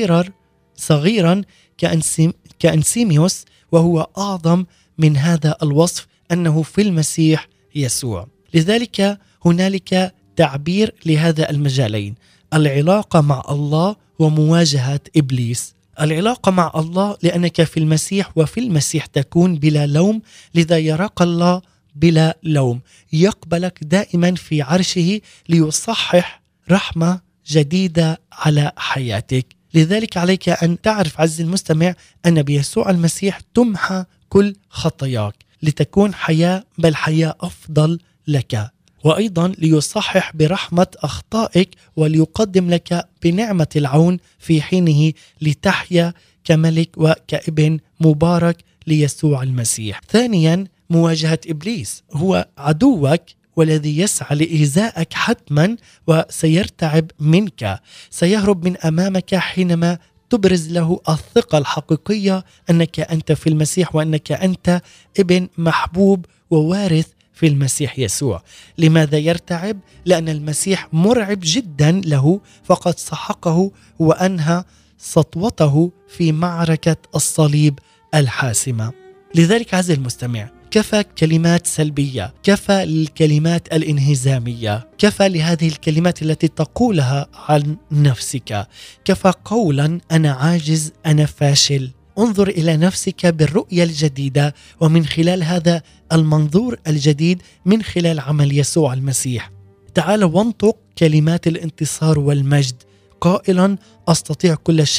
[SPEAKER 1] صغيرا كأنسيميوس، وهو أعظم من هذا الوصف أنه في المسيح يسوع. لذلك هنالك تعبير لهذا المجالين: العلاقة مع الله ومواجهة إبليس. العلاقة مع الله لأنك في المسيح وفي المسيح تكون بلا لوم، لذا يراك الله بلا لوم، يقبلك دائما في عرشه ليصحح رحمة جديدة على حياتك. لذلك عليك أن تعرف عزيزي المستمع أن بيسوع المسيح تمحى كل خطاياك لتكون حياة، بل حياة أفضل لك، وأيضا ليصحح برحمة أخطائك وليقدم لك بنعمة العون في حينه لتحيا كملك وكابن مبارك ليسوع المسيح. ثانيا، مواجهة إبليس. هو عدوك والذي يسعى لإيذائك حتما وسيرتعب منك، سيهرب من أمامك حينما تبرز له الثقة الحقيقية أنك أنت في المسيح وأنك أنت ابن محبوب ووارث في المسيح يسوع. لماذا يرتعب؟ لأن المسيح مرعب جدا له، فقد سحقه وأنهى سطوته في معركة الصليب الحاسمة. لذلك عزيزي المستمع، كفى كلمات سلبية، كفى الكلمات الانهزامية، كفى لهذه الكلمات التي تقولها عن نفسك، كفى قولا أنا عاجز، أنا فاشل. انظر إلى نفسك بالرؤية الجديدة، ومن خلال هذا المنظور الجديد من خلال عمل يسوع المسيح. تعال وانطق كلمات الانتصار والمجد قائلا أستطيع كل شيء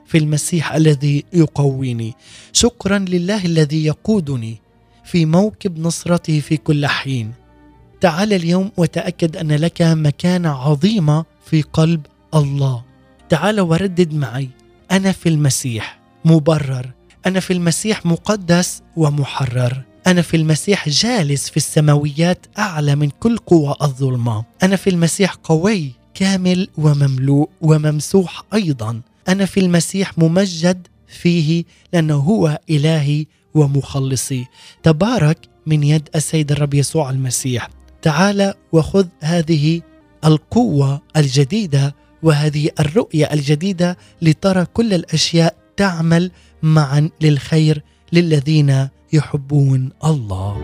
[SPEAKER 1] في المسيح الذي يقويني. شكرا لله الذي يقودني في موكب نصرته في كل حين. تعال اليوم وتأكد أن لك مكانة عظيمة في قلب الله. تعال وردد معي: أنا في المسيح مبرر، أنا في المسيح مقدس ومحرر، أنا في المسيح جالس في السماويات أعلى من كل قوى الظلمة، أنا في المسيح قوي كامل ومملوء وممسوح أيضا، أنا في المسيح ممجد فيه لأنه هو إلهي ومخلصي. تبارك من يد السيد الرب يسوع المسيح. تعال وخذ هذه القوة الجديدة وهذه الرؤية الجديدة لترى كل الأشياء تعمل معا للخير للذين يحبون الله.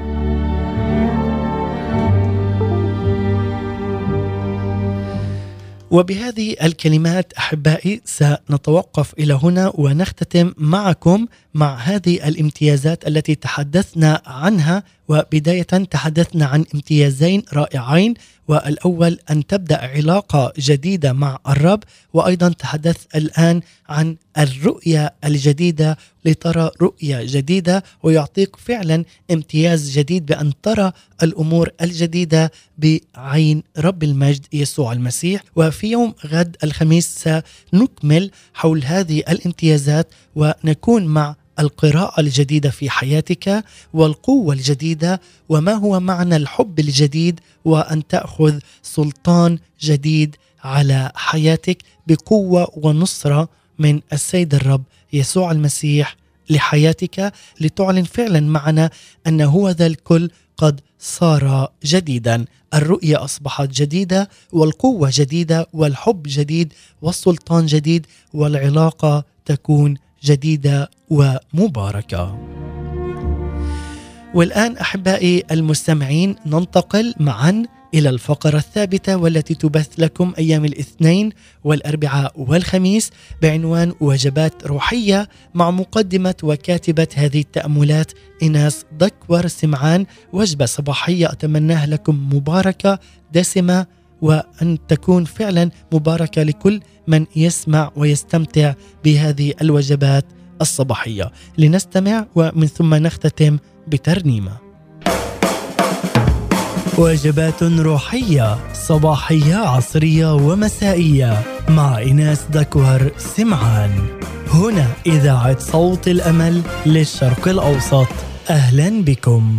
[SPEAKER 1] وبهذه الكلمات أحبائي سنتوقف إلى هنا ونختتم معكم مع هذه الامتيازات التي تحدثنا عنها. وبداية تحدثنا عن امتيازين رائعين، والأول أن تبدأ علاقة جديدة مع الرب، وأيضا تحدث الآن عن الرؤية الجديدة لترى رؤية جديدة، ويعطيك فعلا امتياز جديد بأن ترى الأمور الجديدة بعين رب المجد يسوع المسيح. وفي يوم غد الخميس سنكمل حول هذه الامتيازات ونكون مع القراءة الجديدة في حياتك والقوة الجديدة وما هو معنى الحب الجديد، وأن تأخذ سلطان جديد على حياتك بقوة ونصرة من السيد الرب يسوع المسيح لحياتك، لتعلن فعلا معنا أن هو ذا الكل قد صار جديدا. الرؤية أصبحت جديدة، والقوة جديدة، والحب جديد، والسلطان جديد، والعلاقة تكون جديدة ومباركة. والآن أحبائي المستمعين ننتقل معا إلى الفقرة الثابتة والتي تبث لكم أيام الاثنين والأربعاء والخميس بعنوان وجبات روحية، مع مقدمة وكاتبة هذه التأملات إيناس دكور سمعان. وجبة صباحية أتمناها لكم مباركة دسمة، وأن تكون فعلا مباركة لكل من يسمع ويستمتع بهذه الوجبات الصباحية. لنستمع ومن ثم نختتم بترنيمة. وجبات روحية صباحية عصرية ومسائية مع إيناس دكور سمعان، هنا إذاعة صوت الأمل للشرق الأوسط. أهلا بكم.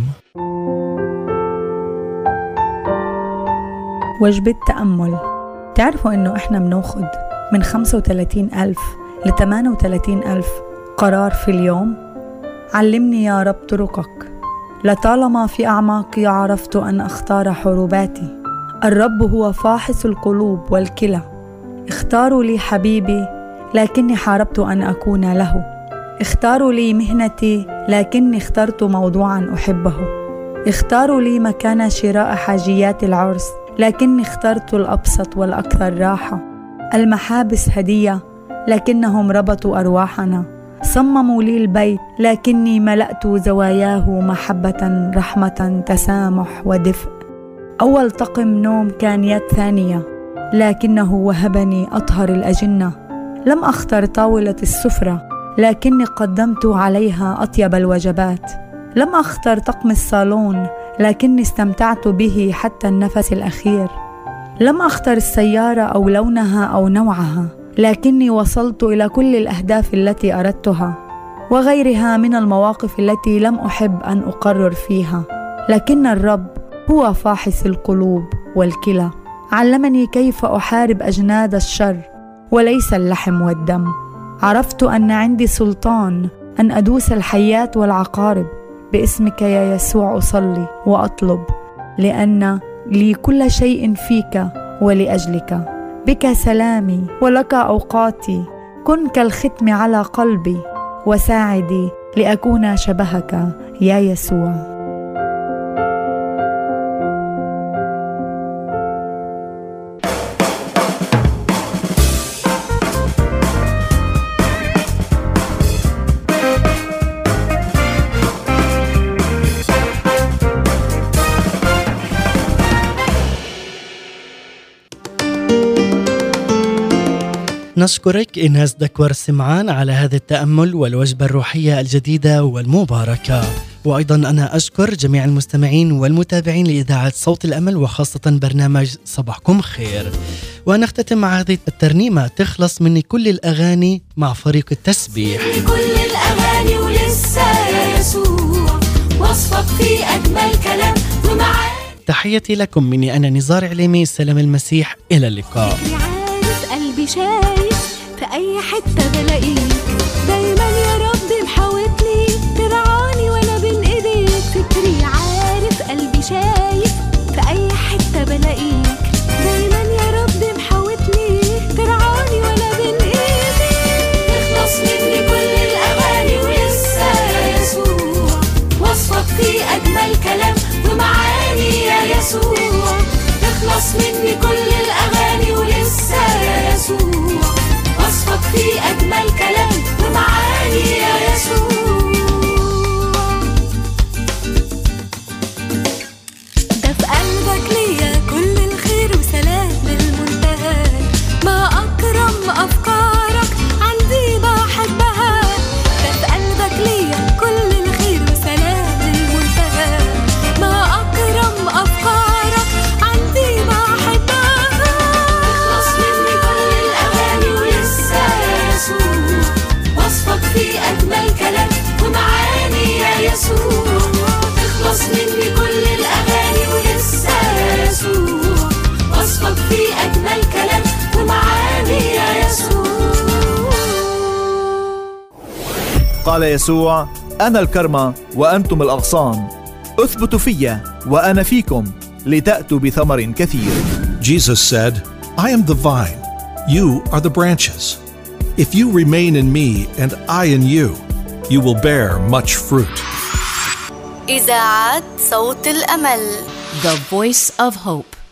[SPEAKER 5] وجبة تأمل. تعرفوا إنه إحنا بناخد من 35,000 ل 38,000 قرار في اليوم؟ علمني يا رب طرقك، لطالما في أعماقي عرفت أن أختار حروباتي. الرب هو فاحص القلوب والكلى. اختاروا لي حبيبي لكني حاربت أن أكون له. اختاروا لي مهنتي لكني اخترت موضوعا أحبه. اختاروا لي مكان شراء حاجيات العرس لكني اخترت الأبسط والأكثر راحة. المحابس هدية لكنهم ربطوا أرواحنا. صمموا لي البيت لكني ملأت زواياه محبة، رحمة، تسامح ودفء. أول طقم نوم كان يد ثانية لكنه وهبني أطهر الأجنة. لم أختر طاولة السفرة لكني قدمت عليها أطيب الوجبات. لم أختر طقم الصالون لكني استمتعت به حتى النفس الأخير. لم أختر السيارة أو لونها أو نوعها لكني وصلت إلى كل الأهداف التي أردتها، وغيرها من المواقف التي لم أحب أن أقرر فيها. لكن الرب هو فاحص القلوب والكلى. علمني كيف أحارب أجناد الشر وليس اللحم والدم. عرفت أن عندي سلطان أن أدوس الحياة والعقارب. باسمك يا يسوع أصلي وأطلب، لأن لي كل شيء فيك ولأجلك. بك سلامي ولك أوقاتي. كن كالختم على قلبي وساعدي لأكون شبهك يا يسوع.
[SPEAKER 1] نشكرك إناس دكور سمعان على هذا التأمل والوجبة الروحية الجديدة والمباركة. وأيضا أنا أشكر جميع المستمعين والمتابعين لإذاعة صوت الأمل وخاصة برنامج صباحكم خير. ونختتم مع هذه الترنيمة تخلص مني كل الأغاني مع فريق التسبيح.
[SPEAKER 2] كل الأغاني ولسه يا يسوع وصفك في أجمل كلام ومعاني.
[SPEAKER 1] تحياتي لكم مني أنا نزار عليمي. سلام المسيح، إلى اللقاء.
[SPEAKER 2] عارف قلبي شايف في أي حتة بلاقيك دايما يا رب محاوطني ترعاني وأنا بين إيديك. فكري عارف قلبي شايف في أي حتة بلاقيك دايما يا رب محاوطني ترعاني وأنا بين إيديك. تخلص مني كل الأغاني ولسه يا يسوع وصفك في أجمل كلام ومعاني يا يسوع. تخلص مني كل الأغاني ولسه يا يسوع وصفك في أجمل كلام ومعاني يا يسوع. ده في قلبك ليا كل الخير وسلام للمنتهى. ما أكرم أفكارك عندي بحبها. ده في قلبك ليا كل الخير وسلام للمنتهى. ما أكرم أفكارك عندي بحبها. تخلص مني كل الأغاني ولسه يا يسوع وصفك في أجمل كلام ومعاني يا يسوع. تخلص مني كل الأغاني ولسه يا يسوع وصفك في أجمل كلام ومعاني يا يسوع.
[SPEAKER 6] قال يسوع: أنا الكرمة وأنتم الأغصان، أثبتوا فيا وأنا فيكم لتأتوا بثمر كثير.
[SPEAKER 7] Jesus said, I am the vine, you are the branches. If you remain in me and I in you, you will bear much fruit.
[SPEAKER 8] إذاعة صوت الأمل. The Voice of Hope.